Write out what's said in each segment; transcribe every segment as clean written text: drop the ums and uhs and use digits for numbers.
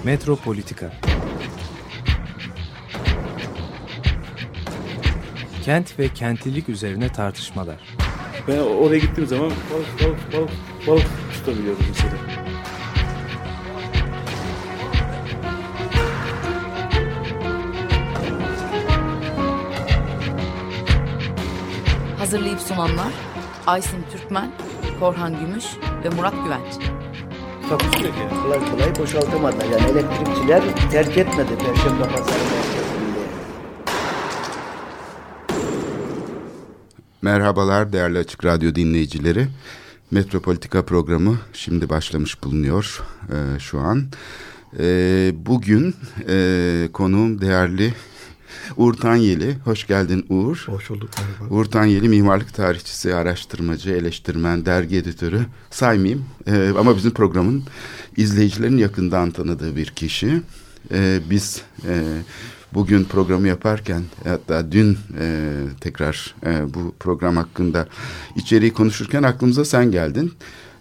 Metropolitika. Kent ve kentlilik üzerine tartışmalar. Ben oraya gittiğim zaman balık tutabiliyordum mesela. Hazırlayıp sunanlar Aysin Türkmen, Korhan Gümüş ve Murat Güvenç. Takusuyor yani. Kolay boşaltamadılar. Yani elektrikçiler terk etmedi Perşembe Pazarı merkezinde. Merhabalar değerli Açık Radyo dinleyicileri. Metropolitika programı şimdi başlamış bulunuyor şu an. Bugün konuğum değerli Uğur Tanyeli. Hoş geldin Uğur. Hoş bulduk, merhaba. Uğur Tanyeli mimarlık tarihçisi, araştırmacı, eleştirmen, dergi editörü saymayayım. Ama bizim programın izleyicilerin yakından tanıdığı bir kişi. Biz bugün programı yaparken hatta dün tekrar bu program hakkında içeriği konuşurken aklımıza sen geldin.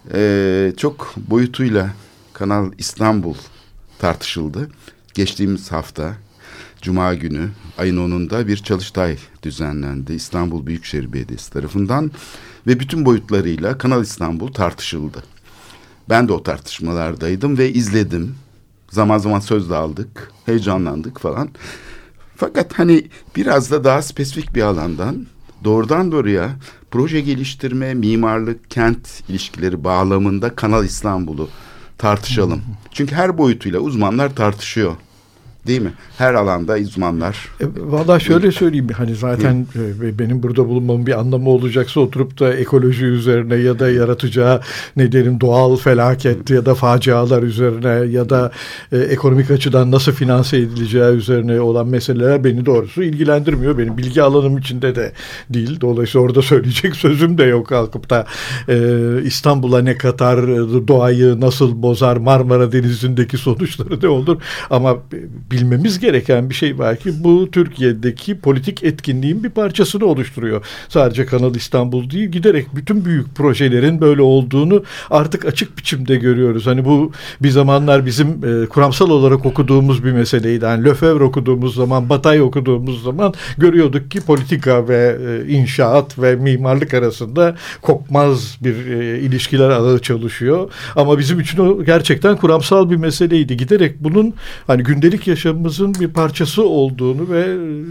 Çok boyutuyla Kanal İstanbul tartışıldı. Geçtiğimiz hafta Cuma günü ayın 10'unda bir çalıştay düzenlendi İstanbul Büyükşehir Belediyesi tarafından ve bütün boyutlarıyla Kanal İstanbul tartışıldı. Ben de o tartışmalardaydım ve izledim. Zaman zaman söz de aldık, heyecanlandık falan. Fakat hani biraz da daha spesifik bir alandan doğrudan doğruya proje geliştirme, mimarlık, kent ilişkileri bağlamında Kanal İstanbul'u tartışalım. Çünkü her boyutuyla uzmanlar tartışıyor. Değil mi? Her alanda uzmanlar. Vallahi şöyle söyleyeyim, hani zaten benim burada bulunmamın bir anlamı olacaksa oturup da ekoloji üzerine ya da yaratacağı ne diyelim doğal felaket ya da facialar üzerine ya da ekonomik açıdan nasıl finanse edileceği üzerine olan meseleler beni doğrusu ilgilendirmiyor. Benim bilgi alanım içinde de değil. Dolayısıyla orada söyleyecek sözüm de yok, kalkıp da İstanbul'a ne katar, doğayı nasıl bozar, Marmara Denizi'ndeki sonuçları ne olur, ama bilmemiz gereken bir şey var ki bu Türkiye'deki politik etkinliğin bir parçasını oluşturuyor. Sadece Kanal İstanbul değil, giderek bütün büyük projelerin böyle olduğunu artık açık biçimde görüyoruz. Hani bu bir zamanlar bizim kuramsal olarak okuduğumuz bir meseleydi. Yani Lefebvre okuduğumuz zaman, Bataille okuduğumuz zaman görüyorduk ki politika ve inşaat ve mimarlık arasında kopmaz bir ilişkiler ağı çalışıyor. Ama bizim için o gerçekten kuramsal bir meseleydi. Giderek bunun hani gündelik yaşamımızın bir parçası olduğunu ve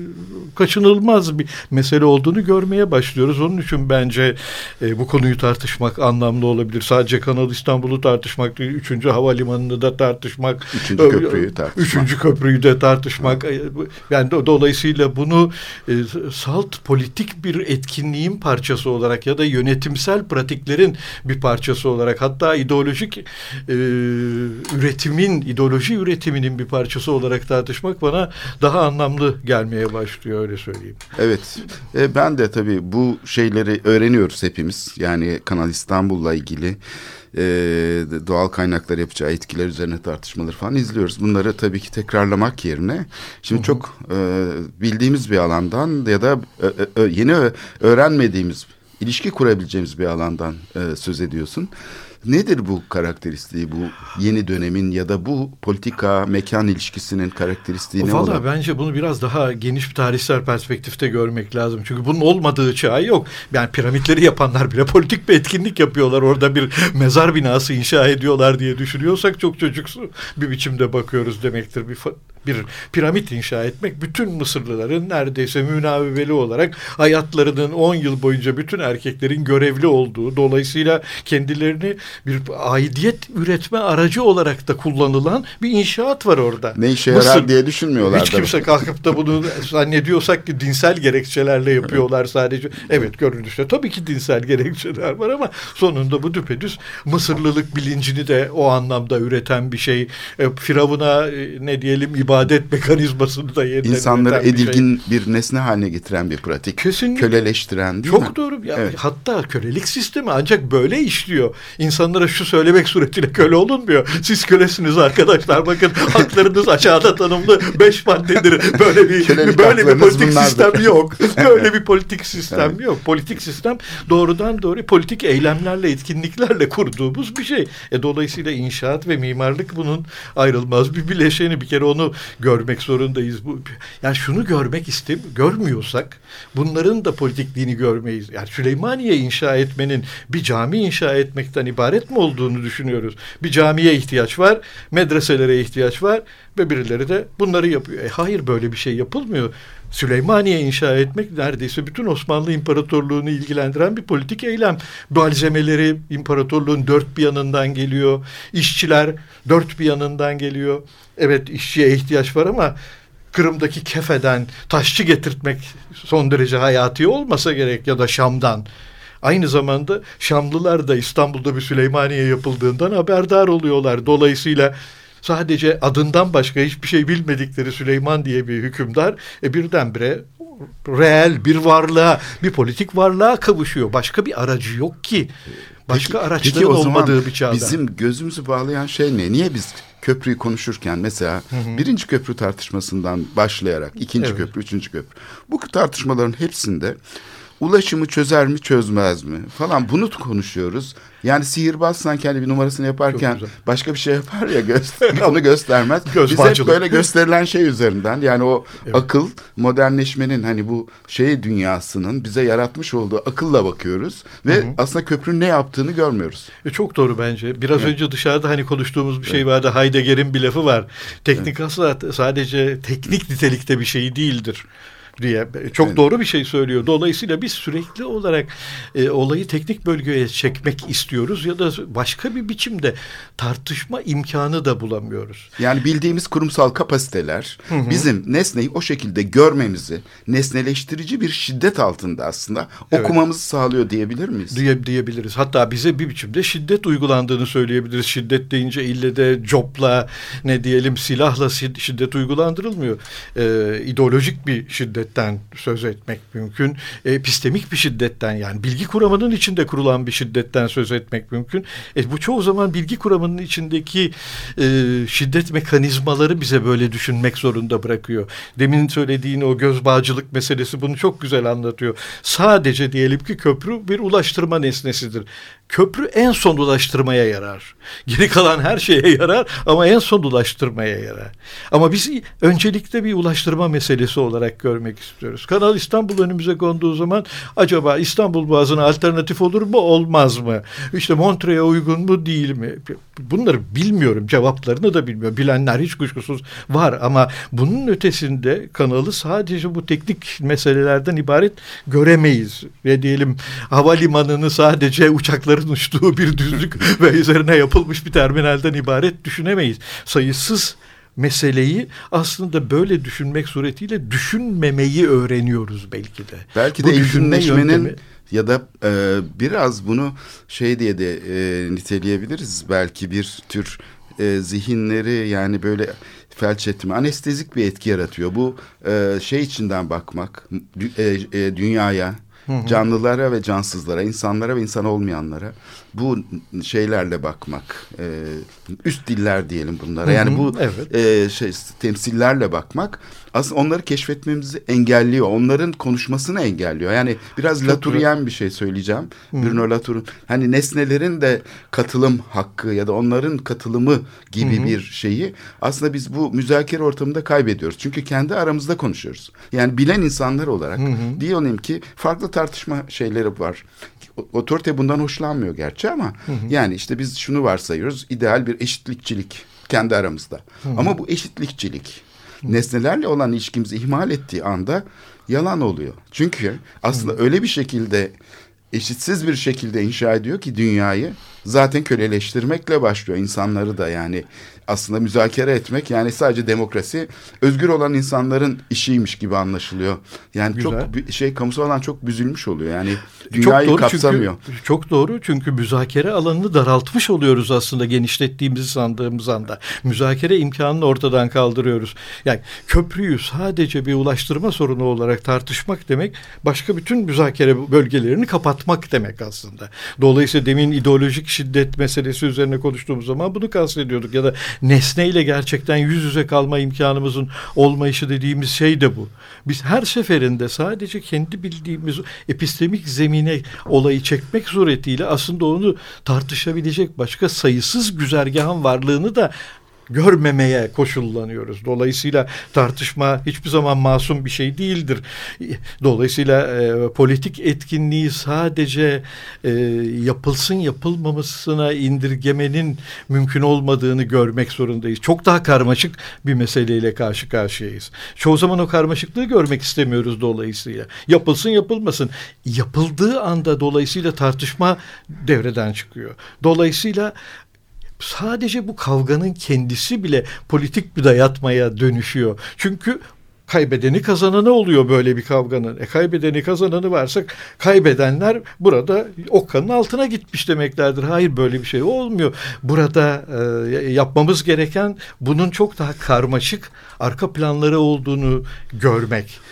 kaçınılmaz bir mesele olduğunu görmeye başlıyoruz. Onun için bence bu konuyu tartışmak anlamlı olabilir. Sadece Kanal İstanbul'u tartışmak değil, 3. Havalimanı'nı da tartışmak, 3. köprüyü tartışmak. 3. köprüyü de tartışmak. Yani dolayısıyla bunu salt politik bir etkinliğin parçası olarak ya da yönetimsel pratiklerin bir parçası olarak, hatta ideoloji üretiminin bir parçası olarak tartışmak bana daha anlamlı gelmeye başlıyor, öyle söyleyeyim. Evet. Ben de tabii bu şeyleri öğreniyoruz hepimiz. Yani Kanal İstanbul'la ilgili doğal kaynaklar yapacağı etkiler üzerine tartışmaları falan izliyoruz. Bunları tabii ki tekrarlamak yerine şimdi çok bildiğimiz bir alandan ya da yeni öğrenmediğimiz, ilişki kurabileceğimiz bir alandan söz ediyorsun. Nedir bu karakteristiği, bu yeni dönemin ya da bu politika mekan ilişkisinin karakteristiği ne olur? Valla bence bunu biraz daha geniş bir tarihsel perspektifte görmek lazım. Çünkü bunun olmadığı çağ yok. Yani piramitleri yapanlar bile politik bir etkinlik yapıyorlar. Orada bir mezar binası inşa ediyorlar diye düşünüyorsak çok çocuksu bir biçimde bakıyoruz demektir. Bir piramit inşa etmek bütün Mısırlıların neredeyse münavebeli olarak hayatlarının 10 yıl boyunca bütün erkeklerin görevli olduğu, dolayısıyla kendilerini bir aidiyet üretme aracı olarak da kullanılan bir inşaat var orada. Ne işe yarar diye düşünmüyorlar. Hiç kimse kalkıp da bunu zannediyorsak ki dinsel gerekçelerle yapıyorlar sadece. Evet, görünüşte tabii ki dinsel gerekçeler var ama sonunda bu düpedüz Mısırlılık bilincini de o anlamda üreten bir şey. Firavuna ne diyelim revadet mekanizmasını da yeniden İnsanları üreten bir şey. edilgin bir nesne haline getiren bir pratik. Kesinlikle. Köleleştiren değil mi? Çok doğru. Ya, Evet. hatta kölelik sistemi ancak böyle işliyor. İnsanlara şu söylemek suretiyle köle olunmuyor. Siz kölesiniz arkadaşlar. Bakın haklarınız aşağıda tanımlı 5 maddedir. Böyle bir politik bunlardır. sistem yok. Böyle bir politik sistem yok. Politik sistem doğrudan doğruya politik eylemlerle, etkinliklerle kurduğumuz bir şey. Dolayısıyla inşaat ve mimarlık bunun ayrılmaz bir bileşeni. Bir kere onu görmek zorundayız. Yani şunu görmüyorsak bunların da politikliğini görmeyiz. Yani Süleymaniye inşa etmenin bir cami inşa etmekten ibaret mi olduğunu düşünüyoruz. Bir camiye ihtiyaç var, medreselere ihtiyaç var ve birileri de bunları yapıyor. Hayır, böyle bir şey yapılmıyor. Süleymaniye inşa etmek neredeyse bütün Osmanlı İmparatorluğu'nu ilgilendiren bir politik eylem. Malzemeleri imparatorluğun dört bir yanından geliyor. İşçiler dört bir yanından geliyor. Evet, işçiye ihtiyaç var ama Kırım'daki Kefe'den taşçı getirtmek son derece hayati olmasa gerek, ya da Şam'dan. Aynı zamanda Şamlılar da İstanbul'da bir Süleymaniye yapıldığından haberdar oluyorlar. Dolayısıyla sadece adından başka hiçbir şey bilmedikleri Süleyman diye bir hükümdar birdenbire reel bir varlığa, bir politik varlığa kavuşuyor. Başka bir aracı yok ki. Başka araçların olmadığı bir çağda. Bizim gözümüzü bağlayan şey ne? Niye biz köprüyü konuşurken mesela birinci köprü tartışmasından başlayarak ikinci köprü, üçüncü köprü, bu tartışmaların hepsinde ulaşımı çözer mi çözmez mi falan bunu konuşuyoruz. Yani sihirbaz sanki bir numarasını yaparken başka bir şey yapar ya, onu göstermez. Biz hep böyle gösterilen şey üzerinden, yani o akıl, modernleşmenin bu dünyasının bize yaratmış olduğu akılla bakıyoruz ve aslında köprünün ne yaptığını görmüyoruz. Çok doğru bence. Biraz önce dışarıda konuştuğumuz bir şey vardı. Heidegger'in bir lafı var. Teknik asla sadece teknik nitelikte bir şey değildir diye. Çok doğru bir şey söylüyor. Dolayısıyla biz sürekli olarak olayı teknik bölgeye çekmek istiyoruz ya da başka bir biçimde tartışma imkanı da bulamıyoruz. Yani bildiğimiz kurumsal kapasiteler bizim nesneyi o şekilde görmemizi, nesneleştirici bir şiddet altında aslında okumamızı sağlıyor diyebilir miyiz? Diyebiliriz. Hatta bize bir biçimde şiddet uygulandığını söyleyebiliriz. Şiddet deyince ille de copla, silahla şiddet uygulandırılmıyor. İdeolojik bir şiddet söz etmek mümkün. Epistemik bir şiddetten, yani bilgi kuramının içinde kurulan bir şiddetten söz etmek mümkün. Bu çoğu zaman bilgi kuramının içindeki şiddet mekanizmaları bize böyle düşünmek zorunda bırakıyor. Demin söylediğin o göz bağcılık meselesi bunu çok güzel anlatıyor. Sadece diyelim ki köprü bir ulaştırma nesnesidir. Köprü en son ulaştırmaya yarar. Geri kalan her şeye yarar ama en son ulaştırmaya yarar. Ama biz öncelikle bir ulaştırma meselesi olarak görmek istiyoruz. Kanal İstanbul önümüze konduğu zaman acaba İstanbul Boğazı'na alternatif olur mu, olmaz mı? Montre'ye uygun mu, değil mi? Bunları bilmiyorum. Cevaplarını da bilmiyorum. Bilenler hiç kuşkusuz var ama bunun ötesinde kanalı sadece bu teknik meselelerden ibaret göremeyiz. Ve havalimanını sadece uçakların uçtuğu bir düzlük ve üzerine yapılmış bir terminalden ibaret düşünemeyiz. Sayısız meseleyi aslında böyle düşünmek suretiyle düşünmemeyi öğreniyoruz belki de. Belki de eğitimleşmenin ya da biraz bunu diye de niteleyebiliriz. Belki bir tür zihinleri böyle felç etme, anestezik bir etki yaratıyor. Bu içinden bakmak, dünyaya, canlılara ve cansızlara, insanlara ve insan olmayanlara bu şeylerle bakmak, üst diller diyelim bunlara. Yani bu temsillerle bakmak aslında onları keşfetmemizi engelliyor. Onların konuşmasını engelliyor. Yani biraz Latour'yen bir şey söyleyeceğim. Bruno Latour'un nesnelerin de katılım hakkı ya da onların katılımı gibi bir şeyi aslında biz bu müzakere ortamında kaybediyoruz. Çünkü kendi aramızda konuşuyoruz. Yani bilen insanlar olarak diyelim ki farklı tartışma şeyleri var. Otorite bundan hoşlanmıyor gerçi ama yani biz şunu varsayıyoruz, ideal bir eşitlikçilik kendi aramızda. Ama bu eşitlikçilik nesnelerle olan ilişkimizi ihmal ettiği anda yalan oluyor. Çünkü aslında öyle bir şekilde eşitsiz bir şekilde inşa ediyor ki dünyayı zaten köleleştirmekle başlıyor insanları da, yani aslında müzakere etmek, yani sadece demokrasi özgür olan insanların işiymiş gibi anlaşılıyor. Yani Güzel. çok kamusal alan çok büzülmüş oluyor. Yani dünyayı kapsamıyor. Çok doğru, çünkü müzakere alanını daraltmış oluyoruz aslında genişlettiğimizi sandığımız anda. Müzakere imkanını ortadan kaldırıyoruz. Yani köprüyü sadece bir ulaştırma sorunu olarak tartışmak demek, başka bütün müzakere bölgelerini kapatmak demek aslında. Dolayısıyla demin ideolojik şiddet meselesi üzerine konuştuğumuz zaman bunu kastediyorduk, ya da nesneyle gerçekten yüz yüze kalma imkanımızın olmayışı dediğimiz şey de bu. Biz her seferinde sadece kendi bildiğimiz epistemik zemine olayı çekmek suretiyle aslında onu tartışabilecek başka sayısız güzergahın varlığını da görmemeye koşullanıyoruz. Dolayısıyla tartışma hiçbir zaman masum bir şey değildir. Dolayısıyla politik etkinliği sadece yapılsın yapılmamasına indirgemenin mümkün olmadığını görmek zorundayız. Çok daha karmaşık bir meseleyle karşı karşıyayız. Çoğu zaman o karmaşıklığı görmek istemiyoruz dolayısıyla. Yapılsın yapılmasın. Yapıldığı anda dolayısıyla tartışma devreden çıkıyor. Dolayısıyla sadece bu kavganın kendisi bile politik bir dayatmaya dönüşüyor. Çünkü kaybedeni kazananı oluyor böyle bir kavganın. Kaybedeni kazananı varsa kaybedenler burada okkanın altına gitmiş demeklerdir. Hayır, böyle bir şey olmuyor. Burada yapmamız gereken bunun çok daha karmaşık arka planları olduğunu görmek.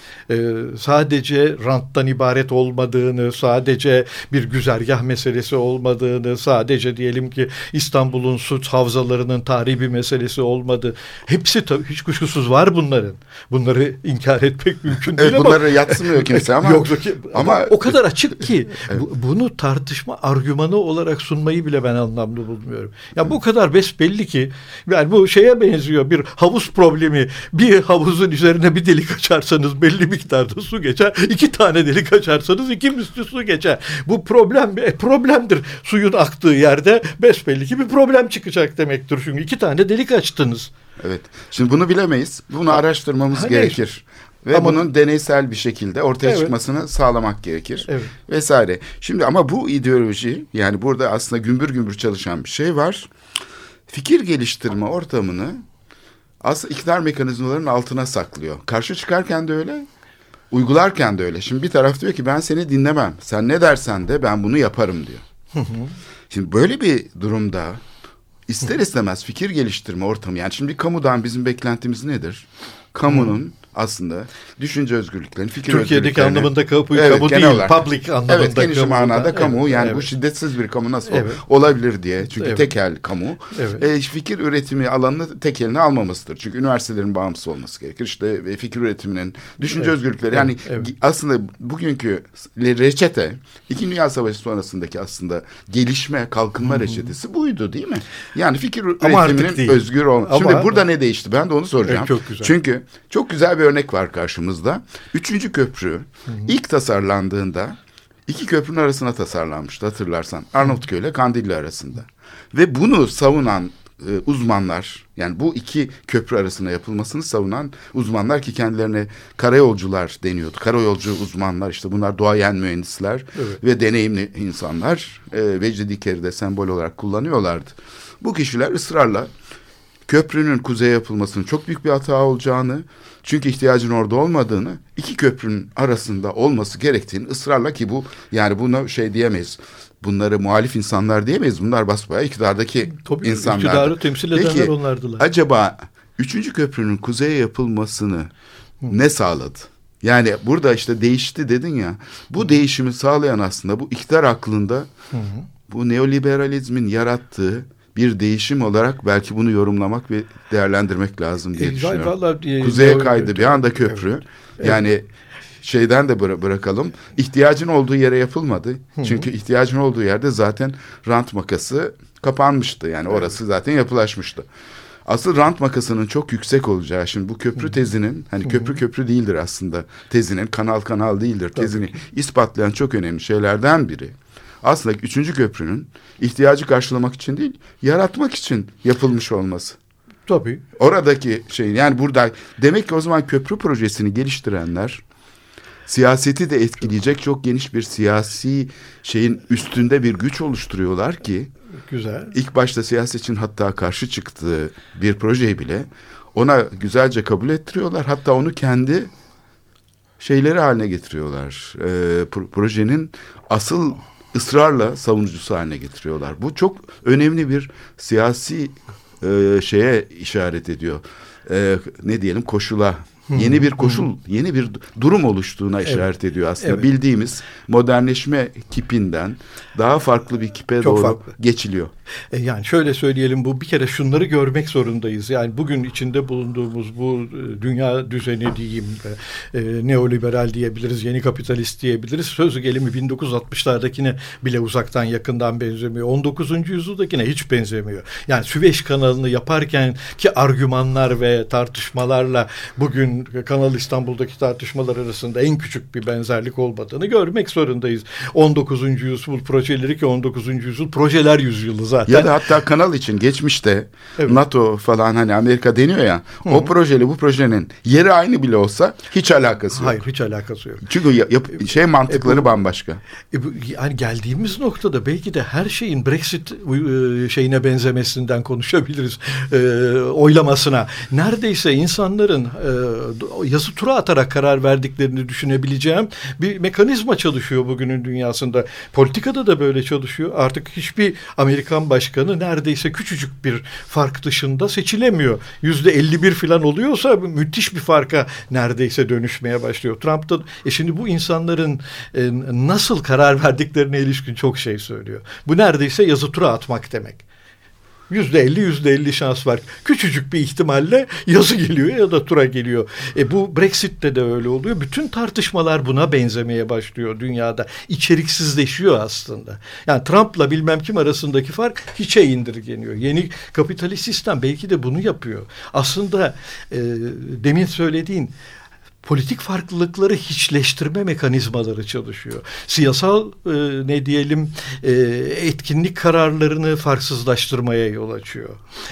Sadece ranttan ibaret olmadığını, sadece bir güzergah meselesi olmadığını, sadece diyelim ki İstanbul'un suç havzalarının tarihi bir meselesi olmadığı, hepsi tabii hiç kuşkusuz var bunların. Bunları inkar etmek mümkün değil, ama bunları yatsımıyor kimse ama yoksa ama o kadar açık ki evet. Bunu tartışma argümanı olarak sunmayı bile ben anlamlı bulmuyorum. Ya bu kadar besbelli ki, yani bu şeye benziyor, bir havuz problemi. Bir havuzun üzerine bir delik açarsanız belli miktarda su geçer. 2 tane delik açarsanız 2 misli su geçer. Bu problemdir. Suyun aktığı yerde besbelli ki bir problem çıkacak demektir. Çünkü 2 tane delik açtınız. Evet. Şimdi bunu bilemeyiz. Bunu araştırmamız gerekir. Ve ama bunun deneysel bir şekilde ortaya çıkmasını sağlamak gerekir. Evet. Vesaire. Şimdi ama bu ideoloji, yani burada aslında gümbür gümbür çalışan bir şey var. Fikir geliştirme ortamını aslında iktidar mekanizmalarının altına saklıyor. Karşı çıkarken de öyle, uygularken de öyle. Şimdi bir taraf diyor ki ben seni dinlemem. Sen ne dersen de ben bunu yaparım diyor. Şimdi böyle bir durumda ister istemez fikir geliştirme ortamı, yani şimdi kamudan bizim beklentimiz nedir? Kamunun aslında düşünce özgürlüklerini, fikir Türkiye'deki özgürlüklerini, anlamında kamu değil, olarak, public anlamında. Evet, geniş manada kamu, yani evet. Bu şiddetsiz bir kamu nasıl olabilir diye. Çünkü tekel kamu. Evet. Fikir üretimi alanını tek eline almamasıdır. Çünkü üniversitelerin bağımsız olması gerekir. İşte fikir üretiminin, düşünce özgürlükleri, yani aslında bugünkü reçete, İkinci Dünya Savaşı sonrasındaki aslında gelişme, kalkınma reçetesi buydu değil mi? Yani fikir üretiminin özgür olması. Şimdi burada ne değişti? Ben de onu soracağım. Çok güzel. Çünkü çok güzel bir örnek var karşımızda. 3. köprü ilk tasarlandığında 2 köprünün arasına tasarlanmıştı, hatırlarsan. Arnavutköy ile Kandilli arasında. Ve bunu savunan uzmanlar, yani bu 2 köprü arasında yapılmasını savunan uzmanlar, ki kendilerine karayolcular deniyordu. Karayolcu uzmanlar, işte bunlar duayen mühendisler ve deneyimli insanlar. Vecdi Diker'i de sembol olarak kullanıyorlardı. Bu kişiler ısrarla köprünün kuzeye yapılmasının çok büyük bir hata olacağını, çünkü ihtiyacın orada olmadığını, 2 köprünün arasında olması gerektiğini ısrarla, ki bu, yani buna şey diyemeyiz. Bunları muhalif insanlar diyemeyiz. Bunlar basbayağı iktidardaki insanlar. İktidarı temsil edenler onlardılar. Acaba 3. köprünün kuzeye yapılmasını ne sağladı? Yani burada işte değişti dedin ya. Bu değişimi sağlayan aslında bu iktidar aklında bu neoliberalizmin yarattığı bir değişim olarak belki bunu yorumlamak ve değerlendirmek lazım diye düşünüyorum. Kuzeye kaydı bir anda köprü. Evet. Yani şeyden de bırakalım. İhtiyacın olduğu yere yapılmadı. Çünkü ihtiyacın olduğu yerde zaten rant makası kapanmıştı. Yani orası zaten yapılaşmıştı. Asıl rant makasının çok yüksek olacağı, şimdi bu köprü tezinin, hani köprü değildir aslında tezinin, kanal değildir tezini ispatlayan çok önemli şeylerden biri. Aslında 3. köprünün ihtiyacı karşılamak için değil, yaratmak için yapılmış olması. Tabii. Oradaki şey, yani burada demek ki o zaman köprü projesini geliştirenler siyaseti de etkileyecek çok geniş bir siyasi şeyin üstünde bir güç oluşturuyorlar ki Güzel. ilk başta siyasetçinin hatta karşı çıktığı bir projeyi bile ona güzelce kabul ettiriyorlar. Hatta onu kendi şeyleri haline getiriyorlar. Projenin asıl ısrarla savunucusu haline getiriyorlar. Bu çok önemli bir siyasi şeye işaret ediyor. Ne diyelim, koşula. Yeni bir koşul, yeni bir durum oluştuğuna işaret ediyor aslında. Evet. Bildiğimiz modernleşme kipinden daha farklı bir kipe Çok doğru farklı. geçiliyor. Yani şöyle söyleyelim, bu bir kere şunları görmek zorundayız. Yani bugün içinde bulunduğumuz bu dünya düzeni diyeyim, neoliberal diyebiliriz, yeni kapitalist diyebiliriz. Sözü gelimi 1960'lardakine bile uzaktan yakından benzemiyor. 19. yüzyıldakine hiç benzemiyor. Yani Süveyş kanalını yaparken ki argümanlar ve tartışmalarla bugün Kanal İstanbul'daki tartışmalar arasında en küçük bir benzerlik olmadığını görmek zorundayız. 19. yüzyıl projeleri ki 19. yüzyıl projeler yüzyılı zaten. Ya da hatta kanal için geçmişte Evet. NATO falan, hani Amerika deniyor ya, o projeyle bu projenin yeri aynı bile olsa hiç alakası yok. Hayır, hiç alakası yok. Çünkü mantıkları bambaşka. Yani geldiğimiz noktada belki de her şeyin Brexit şeyine benzemesinden konuşabiliriz, oylamasına. Neredeyse insanların yazı tura atarak karar verdiklerini düşünebileceğim bir mekanizma çalışıyor bugünün dünyasında. Politikada da böyle çalışıyor. Artık hiçbir Amerikan başkanı neredeyse küçücük bir fark dışında seçilemiyor. %51 falan oluyorsa müthiş bir farka neredeyse dönüşmeye başlıyor. Trump'ta şimdi bu insanların nasıl karar verdiklerine ilişkin çok şey söylüyor. Bu neredeyse yazı tura atmak demek. %50 şans var. Küçücük bir ihtimalle yazı geliyor ya da tura geliyor. Bu Brexit'te de öyle oluyor. Bütün tartışmalar buna benzemeye başlıyor dünyada. İçeriksizleşiyor aslında. Yani Trump'la bilmem kim arasındaki fark hiçe indirgeniyor. Yeni kapitalist sistem belki de bunu yapıyor. Aslında demin söylediğin politik farklılıkları hiçleştirme mekanizmaları çalışıyor. Siyasal etkinlik kararlarını farksızlaştırmaya yol açıyor.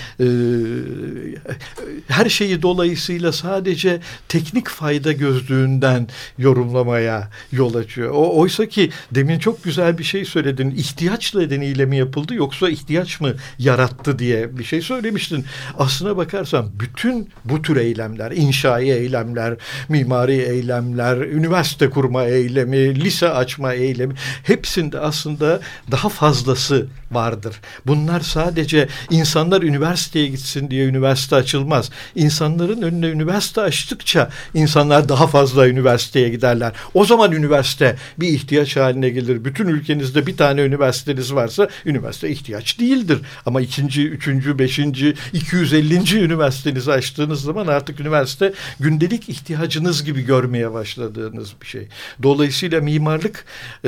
Her şeyi dolayısıyla sadece teknik fayda gözlüğünden yorumlamaya yol açıyor. Oysa ki demin çok güzel bir şey söyledin. İhtiyaç nedeniyle mi yapıldı yoksa ihtiyaç mı yarattı diye bir şey söylemiştin. Aslına bakarsan bütün bu tür eylemler, inşai eylemler, mimari eylemler, üniversite kurma eylemi, lise açma eylemi, hepsinde aslında daha fazlası vardır. Bunlar sadece insanlar üniversiteye gitsin diye üniversite açılmaz. İnsanların önüne üniversite açtıkça insanlar daha fazla üniversiteye giderler. O zaman üniversite bir ihtiyaç haline gelir. Bütün ülkenizde bir tane üniversiteniz varsa üniversite ihtiyaç değildir. Ama 2., 3., 5., 250. üniversitenizi açtığınız zaman artık üniversite gündelik ihtiyacınız gibi görmeye başladığınız bir şey. Dolayısıyla mimarlık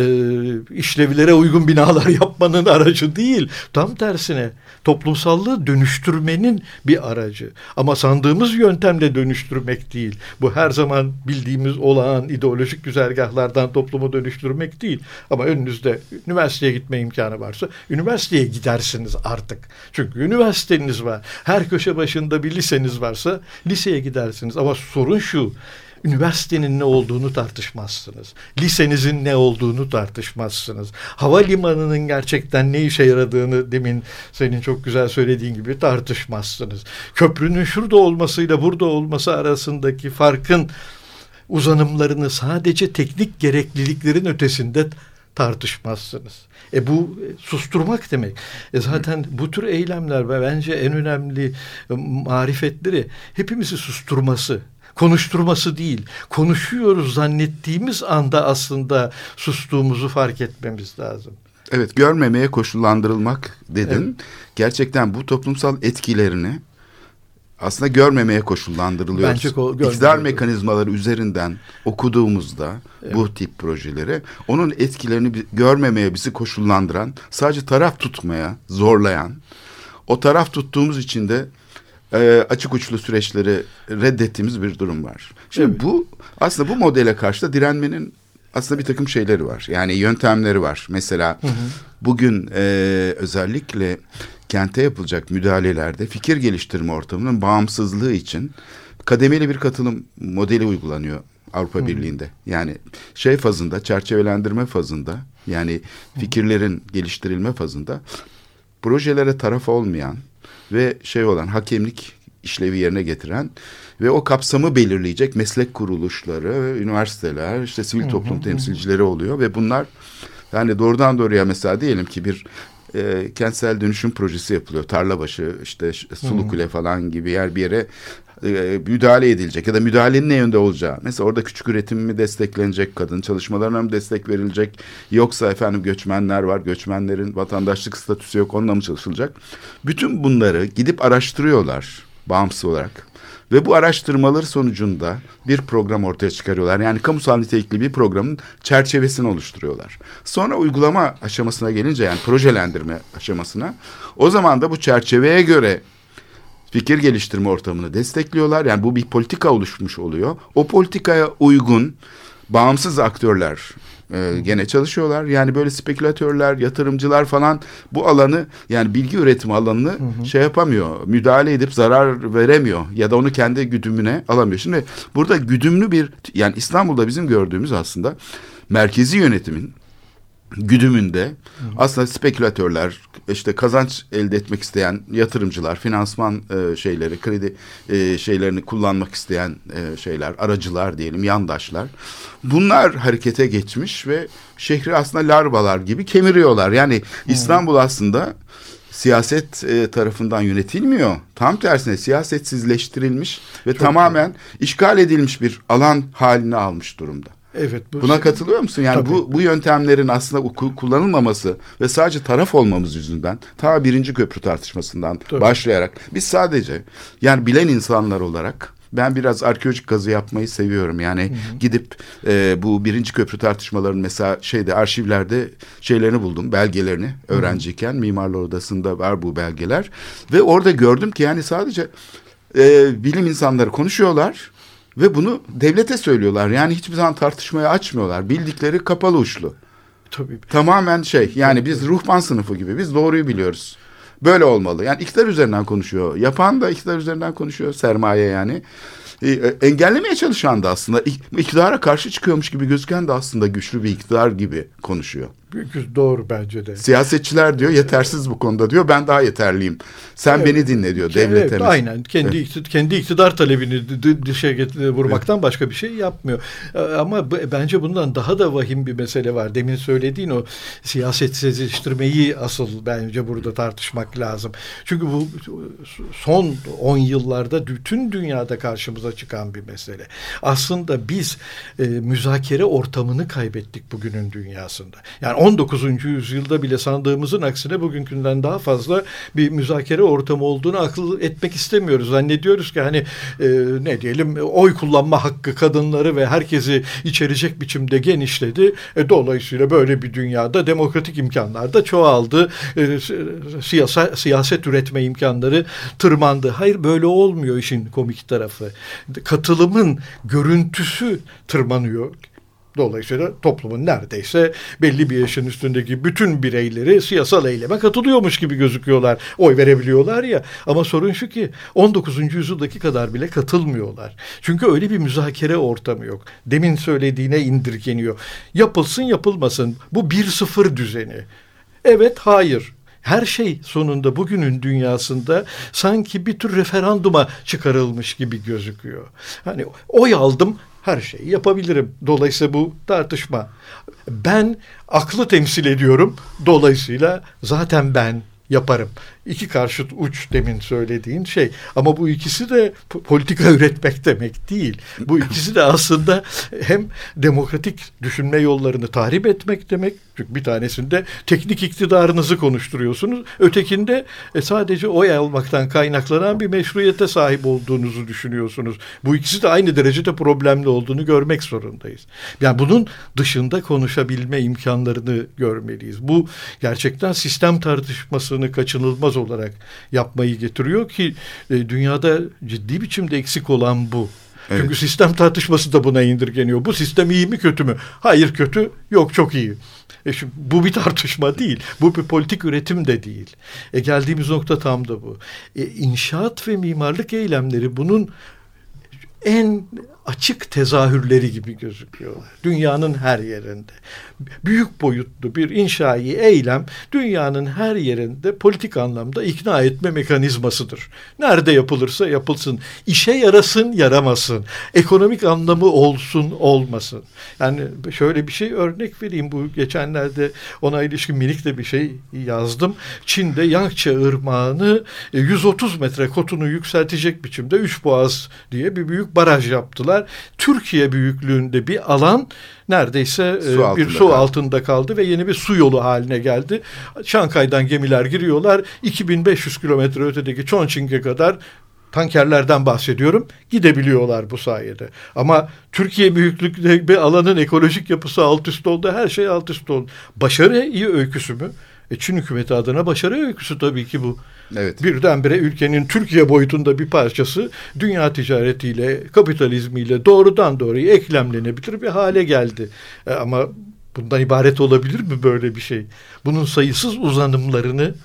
işlevlere uygun binalar yapmanın aracı değil. Tam tersine toplumsallığı dönüştürmenin bir aracı. Ama sandığımız yöntemle dönüştürmek değil. Bu her zaman bildiğimiz olağan ideolojik güzergahlardan toplumu dönüştürmek değil. Ama önünüzde üniversiteye gitme imkanı varsa üniversiteye gidersiniz artık. Çünkü üniversiteniz var. Her köşe başında bir liseniz varsa liseye gidersiniz. Ama sorun şu: üniversitenin ne olduğunu tartışmazsınız. Lisenizin ne olduğunu tartışmazsınız. Havalimanının gerçekten ne işe yaradığını demin senin çok güzel söylediğin gibi tartışmazsınız. Köprünün şurada olmasıyla burada olması arasındaki farkın uzanımlarını sadece teknik gerekliliklerin ötesinde tartışmazsınız. Bu susturmak demek. Zaten bu tür eylemler ve bence en önemli marifetleri hepimizi susturması, konuşturması değil. Konuşuyoruz zannettiğimiz anda aslında sustuğumuzu fark etmemiz lazım. Evet, görmemeye koşullandırılmak dedin. Evet. Gerçekten bu toplumsal etkilerini aslında görmemeye koşullandırılıyoruz. İktidar mekanizmaları üzerinden okuduğumuzda bu tip projeleri, onun etkilerini görmemeye bizi koşullandıran, sadece taraf tutmaya zorlayan, o taraf tuttuğumuz için de açık uçlu süreçleri reddettiğimiz bir durum var. Şimdi bu aslında bu modele karşı da direnmenin aslında bir takım şeyleri var. Yani yöntemleri var. Mesela bugün özellikle kente yapılacak müdahalelerde fikir geliştirme ortamının bağımsızlığı için kademeli bir katılım modeli uygulanıyor Avrupa Birliği'nde. Yani şey fazında, çerçevelendirme fazında, yani fikirlerin geliştirilme fazında projelere taraf olmayan ve şey olan, hakemlik işlevi yerine getiren ve o kapsamı belirleyecek meslek kuruluşları, üniversiteler, işte sivil toplum temsilcileri oluyor ve bunlar yani doğrudan doğruya mesela diyelim ki bir kentsel dönüşüm projesi yapılıyor. Tarlabaşı, işte Sulukule falan gibi bir yere müdahale edilecek ya da müdahalenin ne yönde olacağı. Mesela orada küçük üretim mi desteklenecek, kadın çalışmalarına mı destek verilecek, yoksa efendim göçmenler var, göçmenlerin vatandaşlık statüsü yok, onunla mı çalışılacak? Bütün bunları gidip araştırıyorlar bağımsız olarak. Ve bu araştırmalar sonucunda bir program ortaya çıkarıyorlar. Yani kamusal nitelikli bir programın çerçevesini oluşturuyorlar. Sonra uygulama aşamasına gelince, yani projelendirme aşamasına, o zaman da bu çerçeveye göre fikir geliştirme ortamını destekliyorlar. Yani bu bir politika oluşmuş oluyor. O politikaya uygun bağımsız aktörler gene çalışıyorlar. Yani böyle spekülatörler, yatırımcılar falan bu alanı, yani bilgi üretimi alanını şey yapamıyor. Müdahale edip zarar veremiyor ya da onu kendi güdümüne alamıyor. Şimdi burada güdümlü bir, yani İstanbul'da bizim gördüğümüz aslında merkezi yönetimin güdümünde aslında spekülatörler, işte kazanç elde etmek isteyen yatırımcılar, finansman şeyleri, kredi şeylerini kullanmak isteyen şeyler, aracılar diyelim, yandaşlar. Bunlar harekete geçmiş ve şehri aslında larvalar gibi kemiriyorlar. Yani İstanbul aslında siyaset tarafından yönetilmiyor. Tam tersine siyasetsizleştirilmiş ve çok tamamen işgal edilmiş bir alan haline almış durumda. Evet, buna katılıyor musun? Yani bu yöntemlerin aslında kullanılmaması ve sadece taraf olmamız yüzünden, ta 1. köprü tartışmasından başlayarak biz sadece, yani bilen insanlar olarak, ben biraz arkeolojik kazı yapmayı seviyorum. Yani gidip bu 1. köprü tartışmalarının mesela arşivlerde şeylerini buldum, belgelerini öğrenciyken Mimarlar Odası'nda var bu belgeler ve orada gördüm ki yani sadece bilim insanları konuşuyorlar. Ve bunu devlete söylüyorlar. Yani hiçbir zaman tartışmaya açmıyorlar. Bildikleri kapalı uçlu. Tabii. Tamamen yani biz ruhban sınıfı gibi. Biz doğruyu biliyoruz. Böyle olmalı. Yani iktidar üzerinden konuşuyor. Yapan da iktidar üzerinden konuşuyor. Sermaye yani. Engellemeye çalışan da aslında iktidara karşı çıkıyormuş gibi gözüken de aslında güçlü bir iktidar gibi konuşuyor. Doğru bence de. Siyasetçiler diyor yetersiz bu konuda diyor. Ben daha yeterliyim. Sen beni dinle diyor devlete. Evet, aynen. Kendi iktidar talebini dışa vurmaktan başka bir şey yapmıyor. Ama bence bundan daha da vahim bir mesele var. Demin söylediğin o siyasetsizleştirmeyi asıl bence burada tartışmak lazım. Çünkü bu son 10 yıllarda bütün dünyada karşımıza çıkan bir mesele. Aslında biz müzakere ortamını kaybettik bugünün dünyasında. Yani 19. yüzyılda bile sandığımızın aksine bugünkünden daha fazla bir müzakere ortamı olduğunu akıl etmek istemiyoruz. Zannediyoruz ki hani ne diyelim, oy kullanma hakkı kadınları ve herkesi içerecek biçimde genişledi. Dolayısıyla böyle bir dünyada demokratik imkanlar da çoğaldı. Siyaset üretme imkanları tırmandı. Hayır, böyle olmuyor işin komik tarafı. Katılımın görüntüsü tırmanıyor. Dolayısıyla toplumun neredeyse belli bir yaşın üstündeki bütün bireyleri siyasal eyleme katılıyormuş gibi gözüküyorlar. Oy verebiliyorlar ya. Ama sorun şu ki 19. yüzyıldaki kadar bile katılmıyorlar. Çünkü öyle bir müzakere ortamı yok. Demin söylediğine indirgeniyor. Yapılsın yapılmasın. Bu 1-0 düzeni. Evet, hayır. Her şey sonunda bugünün dünyasında sanki bir tür referanduma çıkarılmış gibi gözüküyor. Hani oy aldım, her şeyi yapabilirim. Dolayısıyla bu tartışma. Ben aklı temsil ediyorum. Dolayısıyla zaten ben yaparım. İki karşıt uç demin söylediğin şey. Ama bu ikisi de politika üretmek demek değil. Bu ikisi de aslında hem demokratik düşünme yollarını tahrip etmek demek. Çünkü bir tanesinde teknik iktidarınızı konuşturuyorsunuz. Ötekinde sadece oy almaktan kaynaklanan bir meşruiyete sahip olduğunuzu düşünüyorsunuz. Bu ikisi de aynı derecede problemli olduğunu görmek zorundayız. Yani bunun dışında konuşabilme imkanlarını görmeliyiz. Bu gerçekten sistem tartışmasını kaçınılmaz olarak yapmayı getiriyor ki dünyada ciddi biçimde eksik olan bu. Evet. Çünkü sistem tartışması da buna indirgeniyor. Bu sistem iyi mi kötü mü? Hayır kötü, yok çok iyi. Şimdi bu bir tartışma değil. Bu bir politik üretim de değil. Geldiğimiz nokta tam da bu. İnşaat ve mimarlık eylemleri bunun en açık tezahürleri gibi gözüküyorlar. Dünyanın her yerinde. Büyük boyutlu bir inşai eylem dünyanın her yerinde politik anlamda ikna etme mekanizmasıdır. Nerede yapılırsa yapılsın. İşe yarasın, yaramasın. Ekonomik anlamı olsun, olmasın. Yani şöyle bir şey örnek vereyim. Bu geçenlerde ona ilişkin minik de bir şey yazdım. Çin'de Yangtze Irmağı'nı 130 metre kotunu yükseltecek biçimde Üçboğaz diye bir büyük baraj yaptılar. Türkiye büyüklüğünde bir alan neredeyse bir su altında kaldı ve yeni bir su yolu haline geldi. Şanghay'dan gemiler giriyorlar. 2500 kilometre ötedeki Chongqing'e kadar, tankerlerden bahsediyorum, gidebiliyorlar bu sayede. Ama Türkiye büyüklükte bir alanın ekolojik yapısı alt üst oldu. Her şey alt üst oldu. Başarı iyi öyküsü mü? Çin hükümeti adına başarı öyküsü tabii ki bu. Evet. Birdenbire ülkenin Türkiye boyutunda bir parçası dünya ticaretiyle, kapitalizmiyle doğrudan doğruya eklemlenebilir bir hale geldi. Ama bundan ibaret olabilir mi böyle bir şey? Bunun sayısız uzanımlarını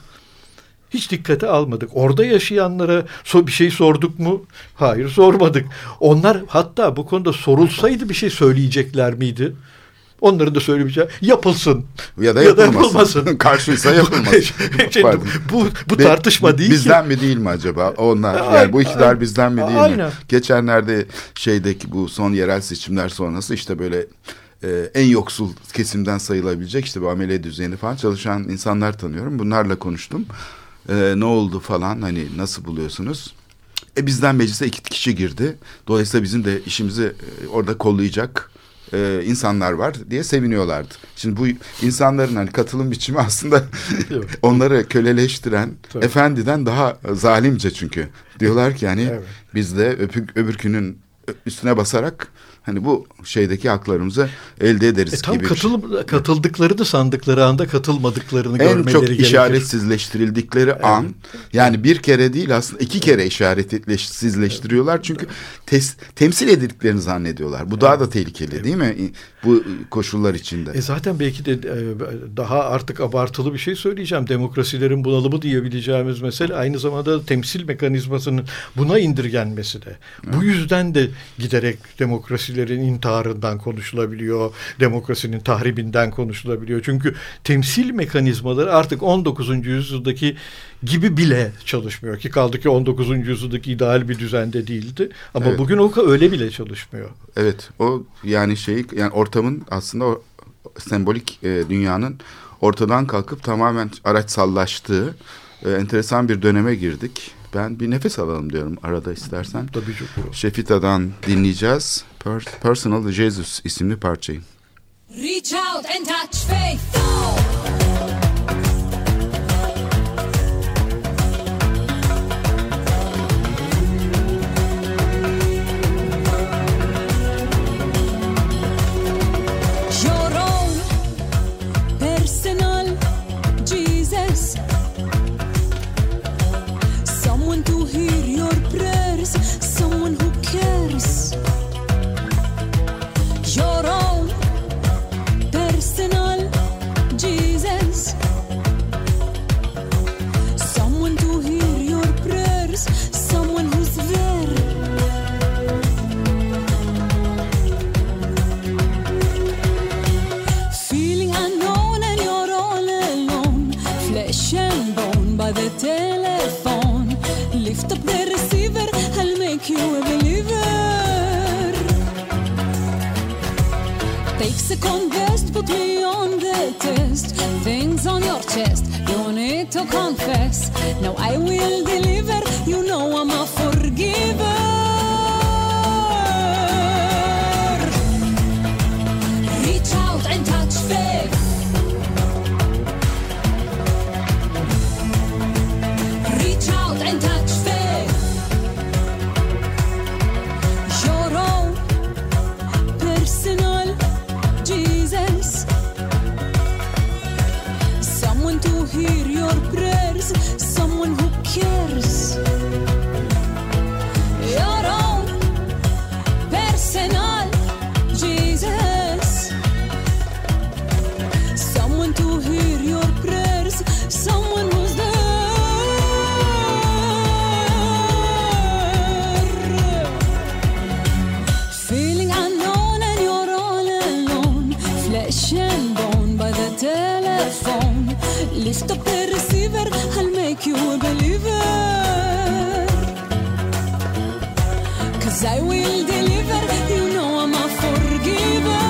hiç dikkate almadık. Orada yaşayanlara bir şey sorduk mu? Hayır, sormadık. Onlar hatta bu konuda sorulsaydı bir şey söyleyecekler miydi? Onların da söyleyeceği yapılsın ya da yapılmasın. Karşıysa yapılmasın. bu tartışma değil bizden ki. mi değil mi acaba? Onlar yani bu iktidar bizden mi değil mi? Geçenlerde şeydeki bu son yerel seçimler sonrası işte böyle en yoksul kesimden sayılabilecek işte bu amele düzeyinde falan çalışan insanlar tanıyorum. Bunlarla konuştum. Ne oldu falan, hani nasıl buluyorsunuz? Bizden meclise 2 kişi girdi. Dolayısıyla bizim de işimizi orada kollayacak insanlar var diye seviniyorlardı. Şimdi bu insanların hani katılım biçimi aslında onları köleleştiren, efendiden daha zalimce çünkü. Diyorlar ki yani biz de öbürkünün üstüne basarak hani bu şeydeki haklarımızı elde ederiz tam gibi. Katıldıkları da sandıkları anda katılmadıkları görmeleri gerekir. En çok işaretsizleştirildikleri an, yani bir kere değil aslında 2 kere işaretsizleştiriyorlar. Çünkü temsil edildiklerini zannediyorlar. Bu daha da tehlikeli değil mi? Bu koşullar içinde. Zaten belki de daha artık abartılı bir şey söyleyeceğim. Demokrasilerin bunalımı diyebileceğimiz mesele aynı zamanda temsil mekanizmasının buna indirgenmesi de. Bu yüzden de giderek demokrasilerin intiharından konuşulabiliyor. Demokrasinin tahribinden konuşulabiliyor. Çünkü temsil mekanizmaları artık 19. yüzyıldaki gibi bile çalışmıyor. Ki kaldı ki 19. yüzyıldaki ideal bir düzende değildi. Ama bugün o öyle bile çalışmıyor. Evet. O yani yani ortamın aslında o sembolik dünyanın ortadan kalkıp tamamen araçsallaştığı enteresan bir döneme girdik. Ben bir nefes alalım diyorum arada istersen. Tabii çok. Şefita'dan dinleyeceğiz. Personal Jesus isimli parçayı. Reach out and touch faith. Your own personal Jesus. Someone to hear your prayers, someone who cares. Your own personal Jesus. Someone to hear your prayers, someone who's there. Feeling unknown and you're all alone, flesh and bone by the telephone. Lift up the receiver, I'll make you a believer. Take second best, put me on the test. Things on your chest, you need to confess. Now I will deliver, you know I'm a forgiver. Reach out and touch faith. Reach out and touch faith. Your own personal Jesus. Someone to hear your prayers, someone who cares. Your own personal Jesus. Someone to hear your prayers, someone who's there. flesh and bone by the telephone. Lift up the receiver, I'll make you a believer. 'Cause I will deliver, you know I'm a forgiver.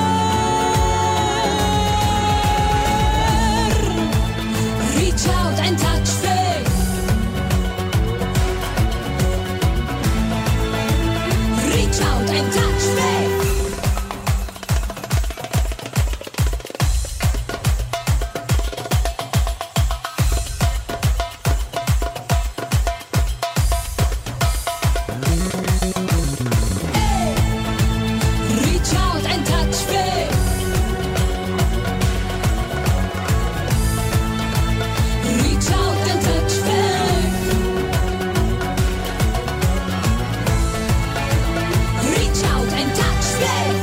Reach out and touch faith. Reach out and touch faith. Reach out and touch faith. Reach out and touch faith. Reach out and touch faith.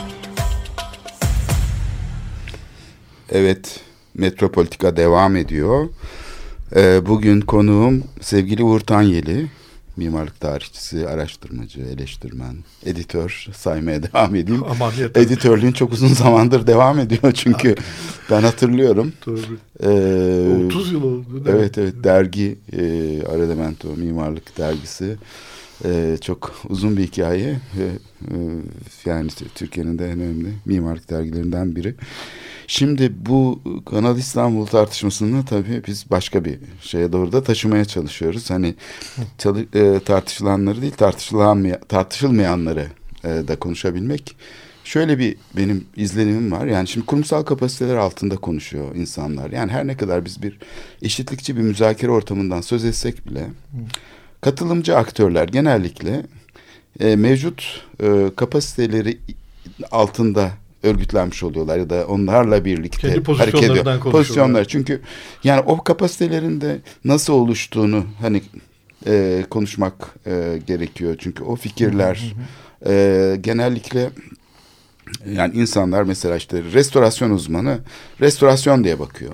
Evet, Metropolitika devam ediyor. Bugün konuğum sevgili Uğur Tanyeli, mimarlık tarihçisi, araştırmacı, eleştirmen, editör, saymaya devam edeyim. Aman yeter. Editörlüğün çok uzun zamandır devam ediyor çünkü ben hatırlıyorum. Tabii. 30 yıl oldu. Evet, dergi, Aradamento Mimarlık Dergisi. Çok uzun bir hikaye. Yani Türkiye'nin de en önemli mimarlık dergilerinden biri. Şimdi bu Kanal İstanbul tartışmasını tabii biz başka bir şeye doğru da taşımaya çalışıyoruz. Hani tartışılanları değil, tartışılmayanları da konuşabilmek. Şöyle bir benim izlenimim var. Yani şimdi kurumsal kapasiteler altında konuşuyor insanlar. Yani her ne kadar biz bir eşitlikçi bir müzakere ortamından söz etsek bile katılımcı aktörler genellikle mevcut kapasiteleri altında örgütlenmiş oluyorlar ya da onlarla birlikte hareket ediyor. Pozisyonlar. Çünkü yani o kapasitelerin de nasıl oluştuğunu hani konuşmak gerekiyor. Çünkü o fikirler genellikle yani insanlar mesela işte restorasyon uzmanı restorasyon diye bakıyor.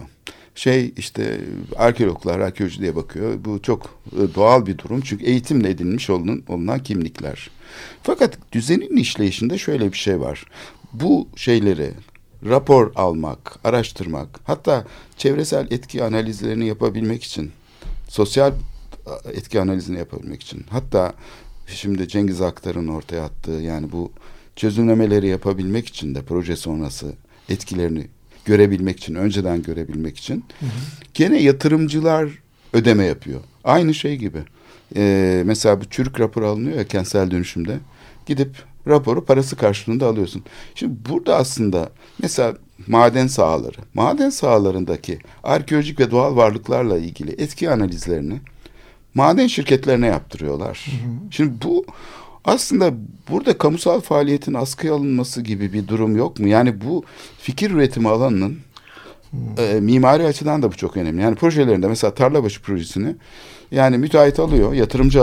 İşte arkeologlar arkeoloji diye bakıyor. Bu çok doğal bir durum. Çünkü eğitimle edinmiş olunan kimlikler. Fakat düzenin işleyişinde şöyle bir şey var. Bu şeyleri rapor almak, araştırmak, hatta çevresel etki analizlerini yapabilmek için, sosyal etki analizini yapabilmek için, hatta şimdi Cengiz Aktar'ın ortaya attığı yani bu çözümlemeleri yapabilmek için de proje sonrası etkilerini görebilmek için, önceden görebilmek için gene yatırımcılar ödeme yapıyor. Aynı şey gibi. Mesela bu çürük raporu alınıyor ya kentsel dönüşümde. Gidip raporu parası karşılığında alıyorsun. Şimdi burada aslında mesela maden sahalarındaki arkeolojik ve doğal varlıklarla ilgili etki analizlerini maden şirketlerine yaptırıyorlar. Şimdi bu aslında burada kamusal faaliyetin askıya alınması gibi bir durum yok mu? Yani bu fikir üretimi alanının mimari açıdan da bu çok önemli. Yani projelerinde mesela Tarlabaşı projesini yani müteahhit alıyor, yatırımcı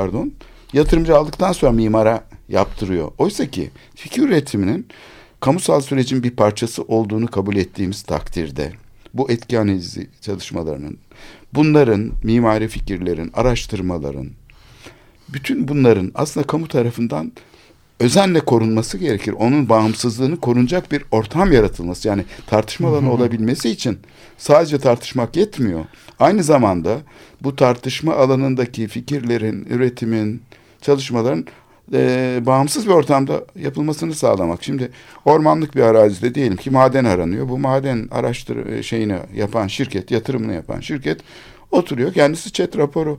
aldıktan sonra mimara yaptırıyor. Oysa ki fikir üretiminin kamusal sürecin bir parçası olduğunu kabul ettiğimiz takdirde bu etki analizi çalışmalarının, bunların, mimari fikirlerin, araştırmaların, bütün bunların aslında kamu tarafından özenle korunması gerekir. Onun bağımsızlığını korunacak bir ortam yaratılması. Yani tartışma alanı olabilmesi için sadece tartışmak yetmiyor. Aynı zamanda bu tartışma alanındaki fikirlerin, üretimin, çalışmaların bağımsız bir ortamda yapılmasını sağlamak. Şimdi ormanlık bir arazide diyelim ki maden aranıyor. Bu maden yapan şirket, yatırımını yapan şirket oturuyor. Kendisi ÇED raporu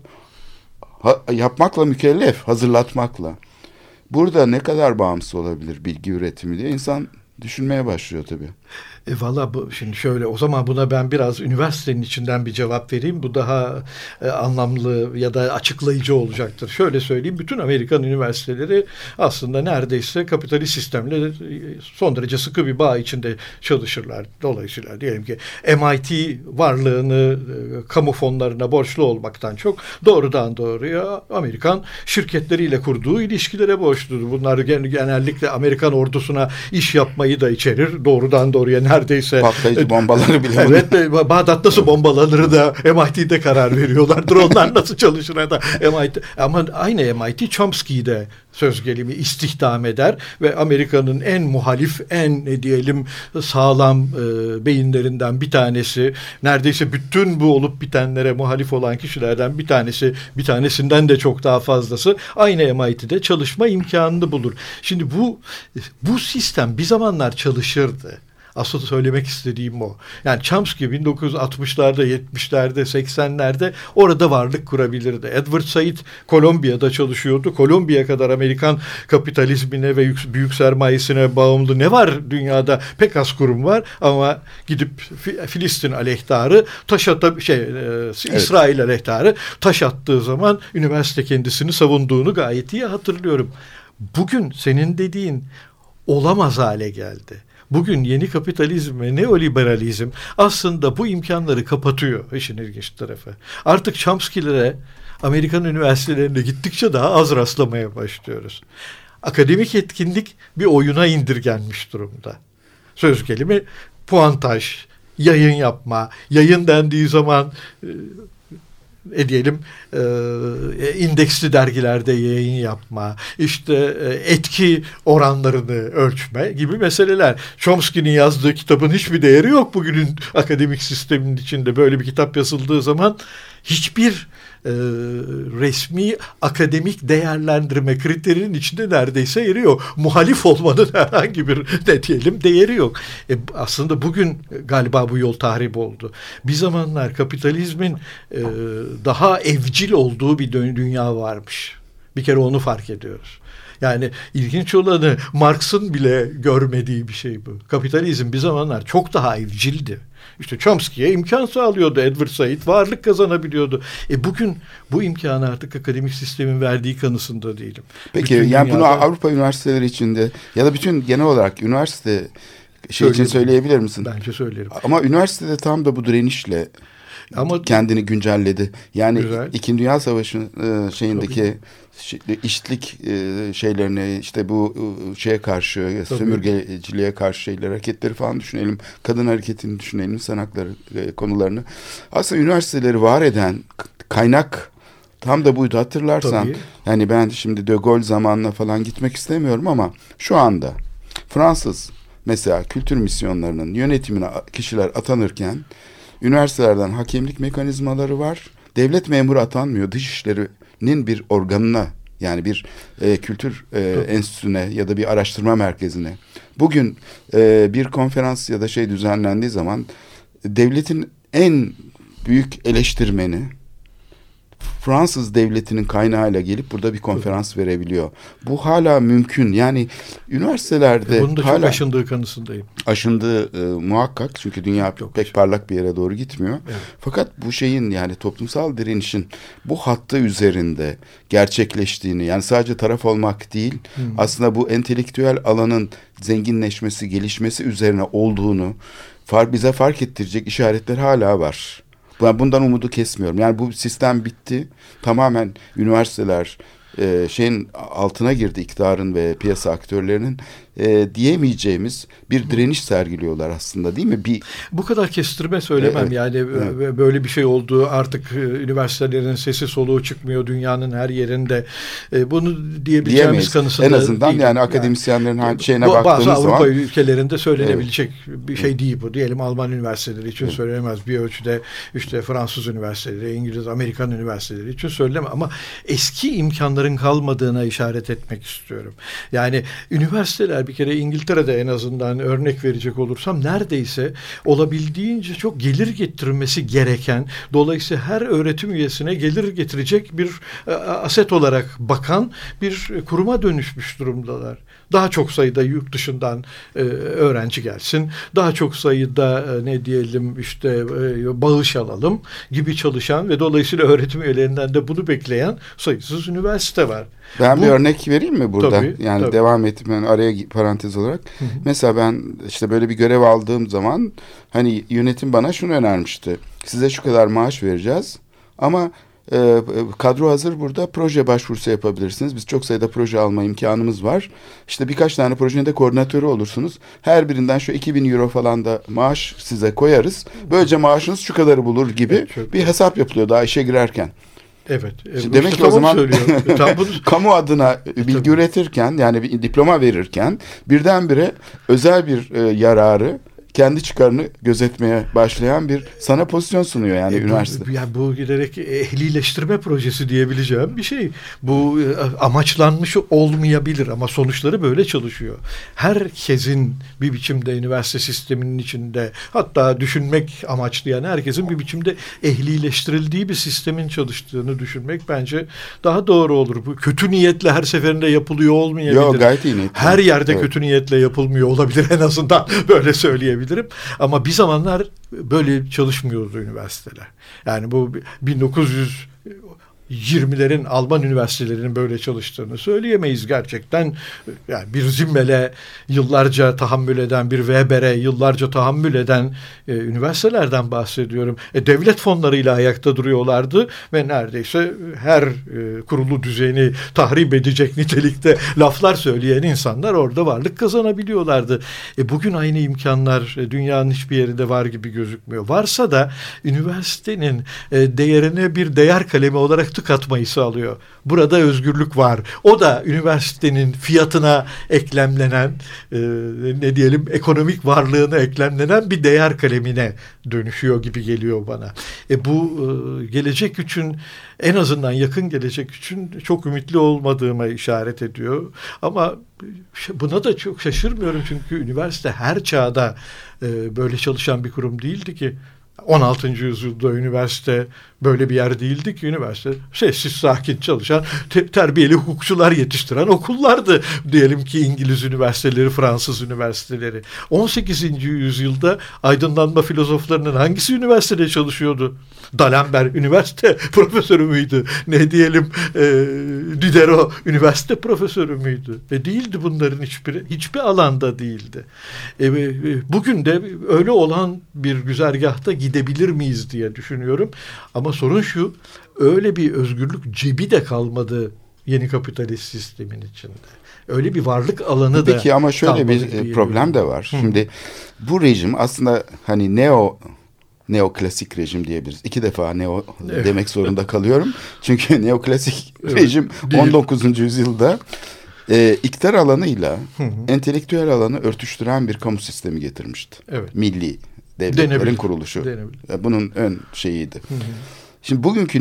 yapmakla mükellef, hazırlatmakla. Burada ne kadar bağımsız olabilir bilgi üretimi diye insan düşünmeye başlıyor tabii. Valla şimdi şöyle, o zaman buna ben biraz üniversitenin içinden bir cevap vereyim. Bu daha anlamlı ya da açıklayıcı olacaktır. Şöyle söyleyeyim, bütün Amerikan üniversiteleri aslında neredeyse kapitalist sistemle son derece sıkı bir bağ içinde çalışırlar. Dolayısıyla diyelim ki MIT varlığını kamu fonlarına borçlu olmaktan çok doğrudan doğruya Amerikan şirketleriyle kurduğu ilişkilere borçludur. Bunlar genellikle Amerikan ordusuna iş yapmayı da içerir. Doğrudan anda oraya neredeyse patlayıcı bombaları bile. Evet, Bağdat nasıl bombalanır da MIT'de karar veriyorlar. Dronlar nasıl çalışır da MIT. Ama aynı MIT Chomsky'yi de söz gelimi istihdam eder ve Amerika'nın en muhalif, en diyelim sağlam beyinlerinden bir tanesi, neredeyse bütün bu olup bitenlere muhalif olan kişilerden bir tanesinden de çok daha fazlası aynı MIT'de çalışma imkanını bulur. Şimdi bu sistem bir zamanlar çalışırdı. Asıl söylemek istediğim o. Yani Chomsky 1960'larda, 70'lerde, 80'lerde orada varlık kurabilirdi. Edward Said Kolombiya'da çalışıyordu. Kolombiya kadar Amerikan kapitalizmine ve büyük sermayesine bağımlı ne var dünyada? Pek az kurum var ama gidip Filistin aleyhtarı İsrail aleyhtarı taş attığı zaman üniversite kendisini savunduğunu gayet iyi hatırlıyorum. Bugün senin dediğin olamaz hale geldi. Bugün yeni kapitalizm ve neoliberalizm aslında bu imkanları kapatıyor, işin ilginç tarafı. Artık Chomsky'lere Amerikan üniversitelerinde gittikçe daha az rastlamaya başlıyoruz. Akademik etkinlik bir oyuna indirgenmiş durumda. Söz gelimi puantaj, yayın yapma, yayın dendiği zaman diyelim indeksli dergilerde yayın yapma, işte etki oranlarını ölçme gibi meseleler. Chomsky'nin yazdığı kitabın hiçbir değeri yok bugünün akademik sistemin içinde. Böyle bir kitap yazıldığı zaman hiçbir resmi akademik değerlendirme kriterinin içinde neredeyse yeri yok. Muhalif olmanın herhangi bir değeri yok. Aslında bugün galiba bu yol tahrip oldu. Bir zamanlar kapitalizmin daha evcil olduğu bir dünya varmış. Bir kere onu fark ediyoruz. Yani ilginç olanı Marx'ın bile görmediği bir şey bu. Kapitalizm bir zamanlar çok daha evcildi. İşte Chomsky'ye imkan sağlıyordu. Edward Said varlık kazanabiliyordu. Bugün bu imkanı artık akademik sistemin verdiği kanısında değilim. Peki bütün yani dünyada... bunu Avrupa üniversiteleri içinde ya da bütün genel olarak üniversite için söyleyebilir misin? Bence söylerim. Ama üniversitede tam da bu direnişle kendini güncelledi. Yani güzel. İkinci Dünya Savaşı'nın şeyindeki işitlik şeylerini işte bu şeye karşı sömürgeciliğe karşı şeyler hareketleri falan düşünelim. Kadın hareketini düşünelim. İnsan hakları konularını. Aslında üniversiteleri var eden kaynak tam da buydu, hatırlarsan. Tabii. Yani ben şimdi De Gaulle zamanına falan gitmek istemiyorum ama şu anda Fransız mesela kültür misyonlarının yönetimine kişiler atanırken üniversitelerden hakemlik mekanizmaları var. Devlet memuru atanmıyor. Dışişlerinin bir organına, yani bir kültür enstitüsüne ya da bir araştırma merkezine. Bugün bir konferans ya da düzenlendiği zaman devletin en büyük eleştirmeni Fransız devletinin kaynağıyla gelip burada bir konferans verebiliyor. Bu hala mümkün. Yani üniversitelerde bunun da çok aşındığı kanısındayım. Aşındığı muhakkak. Çünkü dünya pek parlak bir yere doğru gitmiyor. Evet. Fakat bu şeyin, yani toplumsal direnişin bu hattı üzerinde gerçekleştiğini, yani sadece taraf olmak değil, aslında bu entelektüel alanın zenginleşmesi, gelişmesi üzerine olduğunu bize fark ettirecek işaretler hala var. Ben bundan umudu kesmiyorum. Yani bu sistem bitti. Tamamen üniversiteler altına girdi, iktidarın ve piyasa aktörlerinin diyemeyeceğimiz bir direniş sergiliyorlar aslında, değil mi? Bu kadar kestirme söylemem. Evet, yani evet. Böyle bir şey olduğu, artık üniversitelerin sesi soluğu çıkmıyor dünyanın her yerinde. Bunu diyebileceğimiz kanısında en azından değil. Yani akademisyenlerin şeyine baktığımız zaman. Bazı Avrupa ülkelerinde söylenebilecek bir şey değil bu. Diyelim Alman üniversiteleri için söylenemez. Bir ölçüde işte Fransız üniversiteleri, İngiliz, Amerikan üniversiteleri için söylenemez. Ama eski imkanların kalmadığına işaret etmek istiyorum. Yani üniversiteler, bir kere İngiltere'de en azından örnek verecek olursam, neredeyse olabildiğince çok gelir getirmesi gereken, dolayısıyla her öğretim üyesine gelir getirecek bir aset olarak bakan bir kuruma dönüşmüş durumdalar. Daha çok sayıda yurt dışından öğrenci gelsin, daha çok sayıda bağış alalım gibi çalışan ve dolayısıyla öğretim üyelerinden de bunu bekleyen sayısız üniversite var. Ben bir örnek vereyim mi burada? Tabii. Devam ettim. Yani araya parantez olarak. Hı hı. Mesela ben böyle bir görev aldığım zaman yönetim bana şunu önermişti. Size şu kadar maaş vereceğiz ama Kadro hazır burada. Proje başvurusu yapabilirsiniz. Biz çok sayıda proje alma imkanımız var. İşte birkaç tane projenin de koordinatörü olursunuz. Her birinden şu 2.000 euro falan da maaş size koyarız. Böylece maaşınız şu kadarı bulur gibi bir hesap yapılıyor daha işe girerken. Evet. Demek ki o zaman kamu adına bilgi üretirken, yani bir diploma verirken birdenbire özel bir yararı, kendi çıkarını gözetmeye başlayan bir sana pozisyon sunuyor yani üniversite. Bu giderek ehlileştirme projesi diyebileceğim bir şey. Bu amaçlanmış olmayabilir ama sonuçları böyle çalışıyor. Herkesin bir biçimde üniversite sisteminin içinde, hatta düşünmek amaçlayan herkesin bir biçimde ehlileştirildiği bir sistemin çalıştığını düşünmek bence daha doğru olur. Bu kötü niyetle her seferinde yapılıyor olmayabilir. Yok, gayet iyi niyetli. Her yerde kötü niyetle yapılmıyor olabilir, en azından böyle söyleyebilirim. Ama bir zamanlar böyle çalışmıyordu üniversiteler. Yani bu 1920'lerin Alman üniversitelerinin böyle çalıştığını söyleyemeyiz gerçekten. Yani bir Zimmel'e yıllarca tahammül eden, bir Weber'e yıllarca tahammül eden üniversitelerden bahsediyorum. Devlet fonlarıyla ayakta duruyorlardı ve neredeyse her kurulu düzeni tahrip edecek nitelikte laflar söyleyen insanlar orada varlık kazanabiliyorlardı. Bugün aynı imkanlar dünyanın hiçbir yerinde var gibi gözükmüyor. Varsa da üniversitenin değerine bir değer kalemi olarak tık atmayı sağlıyor. Burada özgürlük var. O da üniversitenin fiyatına eklemlenen, ne diyelim, ekonomik varlığına eklemlenen bir değer kalemine dönüşüyor gibi geliyor bana. Bu gelecek için, en azından yakın gelecek için çok ümitli olmadığıma işaret ediyor. Ama buna da çok şaşırmıyorum, çünkü üniversite her çağda böyle çalışan bir kurum değildi ki. 16. yüzyılda üniversite böyle bir yer değildi ki. Üniversite sessiz sakin çalışan, terbiyeli hukukçular yetiştiren okullardı. Diyelim ki İngiliz üniversiteleri, Fransız üniversiteleri. 18. yüzyılda aydınlanma filozoflarının hangisi üniversitede çalışıyordu? D'Alembert üniversite profesörü müydü? Ne diyelim, Diderot üniversite profesörü müydü? Değildi bunların hiçbiri. Hiçbir alanda değildi. Bugün de öyle olan bir güzergahta gidebilir miyiz diye düşünüyorum. Ama sorun şu, öyle bir özgürlük cebi de kalmadı yeni kapitalist sistemin içinde. Öyle bir varlık alanı da. Peki ama şöyle bir problem de var. Şimdi bu rejim aslında hani neoklasik rejim diyebiliriz. 2 defa demek zorunda kalıyorum. Çünkü neoklasik rejim 19. yüzyılda iktidar alanıyla entelektüel alanı örtüştüren bir kamu sistemi getirmişti. Evet. Milli devletlerin kuruluşu. Bunun ön şeyiydi. Şimdi bugünkü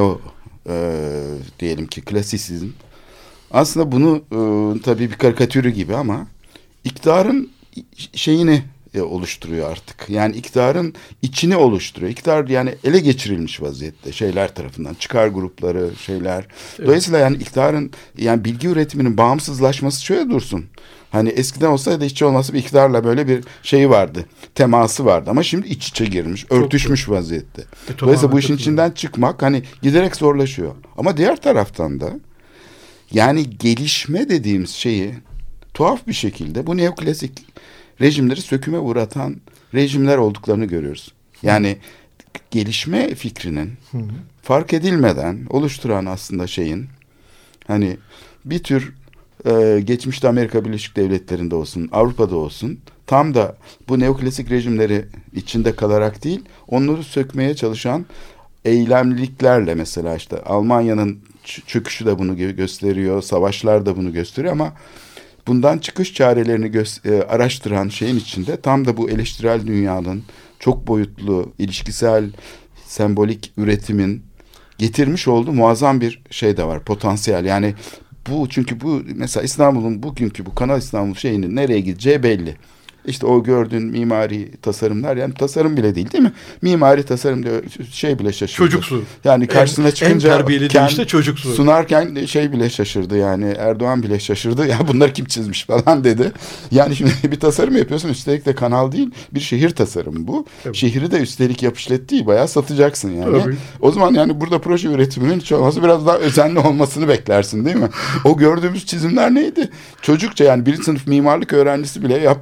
diyelim ki klasisizm aslında bunu tabii bir karikatürü gibi ama iktidarın şeyini oluşturuyor artık. Yani iktidarın içini oluşturuyor. İktidar yani ele geçirilmiş vaziyette şeyler tarafından, çıkar grupları, şeyler. Evet. Dolayısıyla yani iktidarın, yani bilgi üretiminin bağımsızlaşması şöyle dursun. Hani eskiden olsaydı hiç olmazsa bir iktidarla böyle bir şeyi vardı. Teması vardı ama şimdi iç içe girmiş, örtüşmüş vaziyette. Dolayısıyla bu işin içinden çıkmak hani giderek zorlaşıyor. Ama diğer taraftan da yani gelişme dediğimiz şeyi tuhaf bir şekilde bu neoklasik rejimleri söküme uğratan rejimler olduklarını görüyoruz. Yani gelişme fikrinin fark edilmeden oluşturan aslında şeyin hani bir tür geçmişte Amerika Birleşik Devletleri'nde olsun, Avrupa'da olsun tam da bu neoklasik rejimleri içinde kalarak değil, onları sökmeye çalışan eylemliliklerle, mesela işte Almanya'nın çöküşü de bunu gösteriyor, savaşlar da bunu gösteriyor ama bundan çıkış çarelerini araştıran şeyin içinde tam da bu eleştirel dünyanın çok boyutlu, ilişkisel, sembolik üretimin getirmiş olduğu muazzam bir şey de var, potansiyel. Yani bu, çünkü bu mesela İstanbul'un bugünkü bu Kanal İstanbul şeyinin nereye gideceği belli. İşte o gördüğün mimari tasarımlar, yani tasarım bile değil mi? Mimari tasarım diyor, şey bile şaşırdı. Çocuksu. Yani karşısına çıkınca işte çocuksu. Sunarken şey bile şaşırdı, yani Erdoğan bile şaşırdı. Ya bunları kim çizmiş falan dedi. Yani şimdi bir tasarım yapıyorsun, üstelik de kanal değil, bir şehir tasarımı bu. Tabii. Şehri de üstelik yapışlet değil, bayağı satacaksın yani. Tabii. O zaman yani burada proje üretiminin hiç olmazsa biraz daha özenli olmasını beklersin, değil mi? O gördüğümüz çizimler neydi? Çocukça, yani birinci sınıf mimarlık öğrencisi bile yapmayacak kadar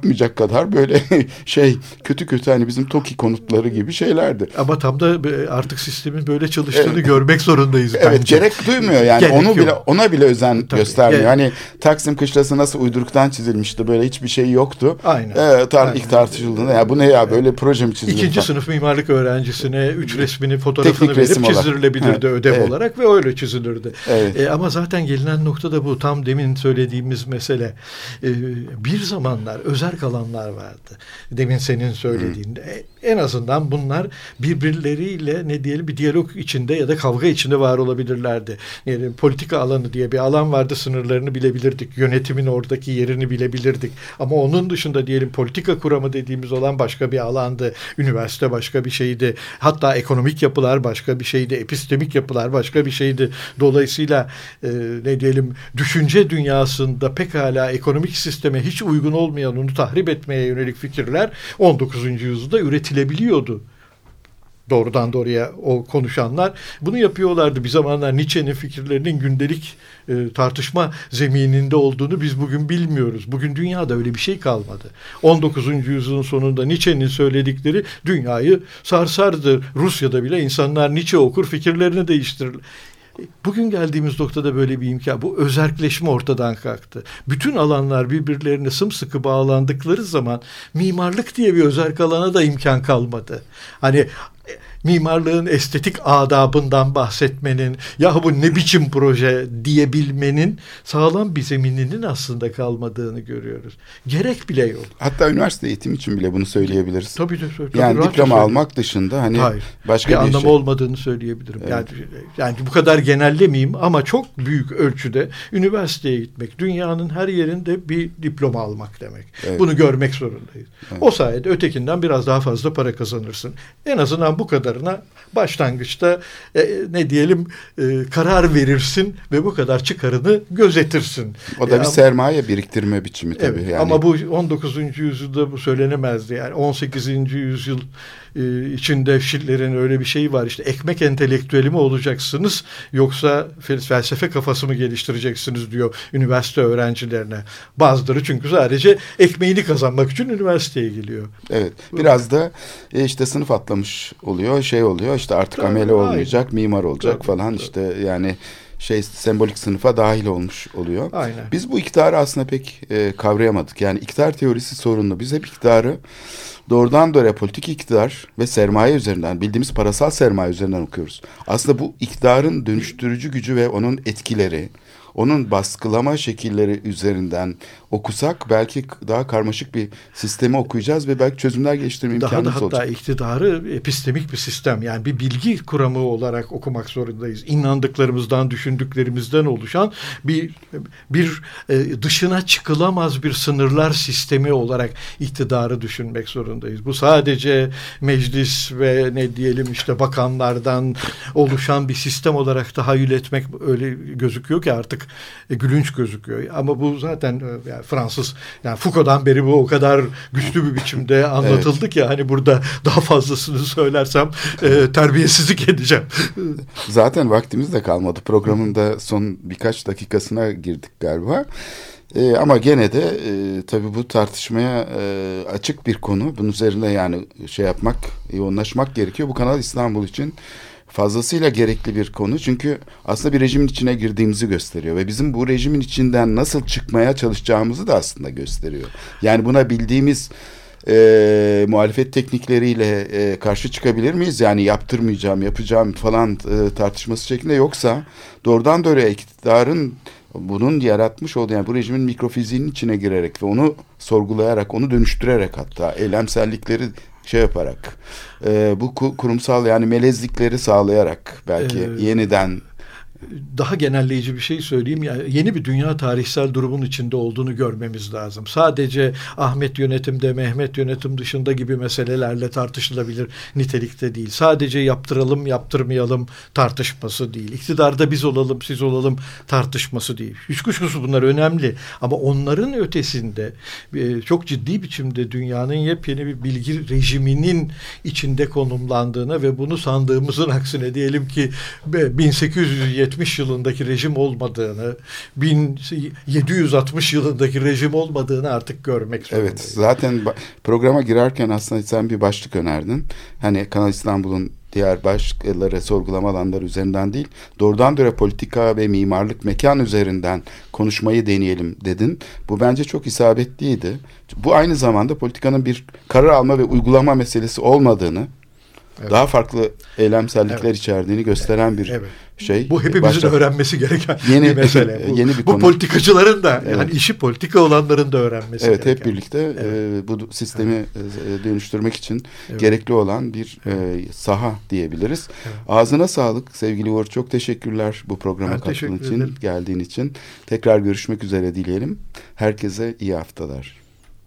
kadar böyle kötü hani bizim TOKİ konutları gibi şeylerdi. Ama tam da artık sistemin böyle çalıştığını görmek zorundayız bence. Evet, gerek duymuyor yani. Gerek ona bile özen Tabii, göstermiyor. Hani Taksim Kışlası nasıl uyduruktan çizilmişti, böyle hiçbir şey yoktu. Aynen. İlk tartışıldığında ya bu ne ya, böyle proje mi çizilir? İkinci sınıf mimarlık öğrencisine 3 resmini, fotoğrafını Teknik resim verip olarak. çizdirilebilirdi ödev Evet. olarak ve öyle çizilirdi. Evet. Ama zaten gelinen nokta da bu. Tam demin söylediğimiz mesele. Bir zamanlar özerk alanlar vardı. Demin senin söylediğinde. En azından bunlar birbirleriyle bir diyalog içinde ya da kavga içinde var olabilirlerdi. Yani politika alanı diye bir alan vardı, sınırlarını bilebilirdik. Yönetimin oradaki yerini bilebilirdik. Ama onun dışında diyelim politika kuramı dediğimiz olan başka bir alandı. Üniversite başka bir şeydi. Hatta ekonomik yapılar başka bir şeydi. Epistemik yapılar başka bir şeydi. Dolayısıyla düşünce dünyasında pekala ekonomik sisteme hiç uygun olmayan, onu tahrip etmeye yönelik fikirler 19. yüzyılda üretilebiliyordu. Doğrudan doğruya o konuşanlar bunu yapıyorlardı. Bir zamanlar Nietzsche'nin fikirlerinin gündelik tartışma zemininde olduğunu biz bugün bilmiyoruz. Bugün dünyada öyle bir şey kalmadı. 19. yüzyılın sonunda Nietzsche'nin söyledikleri dünyayı sarsardı. Rusya'da bile insanlar Nietzsche okur, fikirlerini değiştirirler. Bugün geldiğimiz noktada böyle bir imkan, bu özerkleşme ortadan kalktı. Bütün alanlar birbirlerine sımsıkı bağlandıkları zaman mimarlık diye bir özerk alana da imkan kalmadı. Hani mimarlığın estetik adabından bahsetmenin, ya bu ne biçim proje diyebilmenin sağlam bir zemininin aslında kalmadığını görüyoruz. Gerek bile yok. Hatta üniversite eğitimi için bile bunu söyleyebiliriz. Tabii. Yani diploma almak dışında hani başka bir anlamı şey olmadığını söyleyebilirim. Evet. Yani bu kadar genellemeyeyim ama çok büyük ölçüde üniversiteye gitmek, dünyanın her yerinde bir diploma almak demek. Evet. Bunu görmek zorundayız. Evet. O sayede ötekinden biraz daha fazla para kazanırsın. En azından bu kadarına başlangıçta karar verirsin ve bu kadar çıkarını gözetirsin. O da bir sermaye biriktirme biçimi tabii. Evet, yani. ama bu 19. yüzyılda bu söylenemezdi. Yani 18. yüzyıl içinde Schiller'in öyle bir şeyi var. İşte ekmek entelektüeli mi olacaksınız yoksa felsefe kafası mı geliştireceksiniz diyor üniversite öğrencilerine. Bazıları çünkü sadece ekmeğini kazanmak için üniversiteye geliyor. Evet. Biraz da işte sınıf atlamış oluyor. Oluyor işte artık Tabii, amele olmayacak, aynen. mimar olacak Tabii, falan tabii. işte yani sembolik sınıfa dahil olmuş oluyor. Aynen. Biz bu iktidarı aslında pek kavrayamadık. Yani iktidar teorisi sorunlu. Biz hep iktidarı doğrudan doğruya politik iktidar ve sermaye üzerinden, bildiğimiz parasal sermaye üzerinden okuyoruz. Aslında bu iktidarın dönüştürücü gücü ve onun etkileri, onun baskılama şekilleri üzerinden okusak belki daha karmaşık bir sistemi okuyacağız ve belki çözümler geliştirme imkanımız olacak. Hatta iktidarı epistemik bir sistem, yani bir bilgi kuramı olarak okumak zorundayız. İnandıklarımızdan, düşündüklerimizden oluşan bir dışına çıkılamaz bir sınırlar sistemi olarak iktidarı düşünmek zorundayız. Bu sadece meclis ve bakanlardan oluşan bir sistem olarak tahayyül etmek öyle gözüküyor ki artık gülünç gözüküyor. Ama bu zaten Fransız, yani Foucault'dan beri bu o kadar güçlü bir biçimde anlatıldı ki hani burada daha fazlasını söylersem terbiyesizlik edeceğim. Zaten vaktimiz de kalmadı. Programın da son birkaç dakikasına girdik galiba. Ama gene de tabii bu tartışmaya açık bir konu. Bunun üzerine yani yoğunlaşmak gerekiyor. Bu Kanal İstanbul için fazlasıyla gerekli bir konu. Çünkü aslında bir rejimin içine girdiğimizi gösteriyor ve bizim bu rejimin içinden nasıl çıkmaya çalışacağımızı da aslında gösteriyor. Yani buna bildiğimiz muhalefet teknikleriyle karşı çıkabilir miyiz? Yani yapacağım falan tartışması şeklinde, yoksa doğrudan doğruya iktidarın bunun yaratmış olduğu, yani bu rejimin mikrofiziğinin içine girerek ve onu sorgulayarak, onu dönüştürerek, hatta eylemsellikleri yaparak, bu kurumsal yani melezlikleri sağlayarak belki yeniden daha genelleyici bir şey söyleyeyim. Yani yeni bir dünya tarihsel durumun içinde olduğunu görmemiz lazım. Sadece Ahmet yönetimde, Mehmet yönetim dışında gibi meselelerle tartışılabilir nitelikte değil. Sadece yaptıralım, yaptırmayalım tartışması değil. İktidarda biz olalım, siz olalım tartışması değil. Hiç kuşkusuz bunlar önemli. Ama onların ötesinde çok ciddi biçimde dünyanın yepyeni bir bilgi rejiminin içinde konumlandığına ve bunu sandığımızın aksine diyelim ki 1870 1970 yılındaki rejim olmadığını, 1760 yılındaki rejim olmadığını artık görmek zorundayız. Evet, zaten programa girerken aslında sen bir başlık önerdin. Hani Kanal İstanbul'un diğer başkaları sorgulama alanları üzerinden değil, doğrudan doğruya politika ve mimarlık mekan üzerinden konuşmayı deneyelim dedin. Bu bence çok isabetliydi. Bu aynı zamanda politikanın bir karar alma ve uygulama meselesi olmadığını, daha farklı eylemsellikler içerdiğini gösteren bir şey. Bu hepimizin öğrenmesi gereken bir mesele. Yeni bir bu konu. politikacıların da yani işi politika olanların da öğrenmesi gereken. Hep birlikte bu sistemi dönüştürmek için gerekli olan bir saha diyebiliriz. Evet. Ağzına sağlık sevgili Uğur. Çok teşekkürler bu programa katıldığın için, geldiğin için. Tekrar görüşmek üzere dileyelim. Herkese iyi haftalar.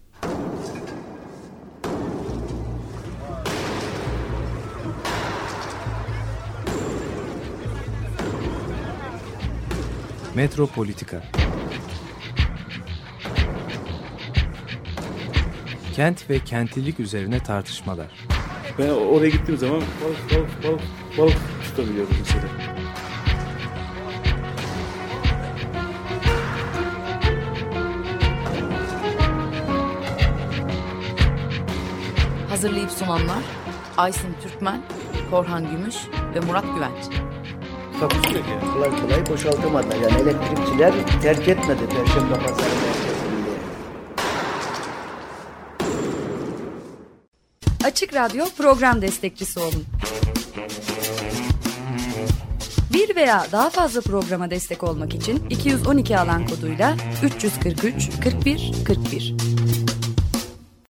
Metropolitika. Kent ve kentlilik üzerine tartışmalar. Ben oraya gittiğim zaman balık tutabiliyorum mesela. Hazırlayıp sunanlar Aysin Türkmen, Korhan Gümüş ve Murat Güvenç. Takusu yok yani. Kolay kolay boşaltamadılar. Yani elektrikçiler terk etmedi Perşembe Pazarı merkezini. Açık Radyo program destekçisi olun. Bir veya daha fazla programa destek olmak için 212 alan koduyla 343 41 41.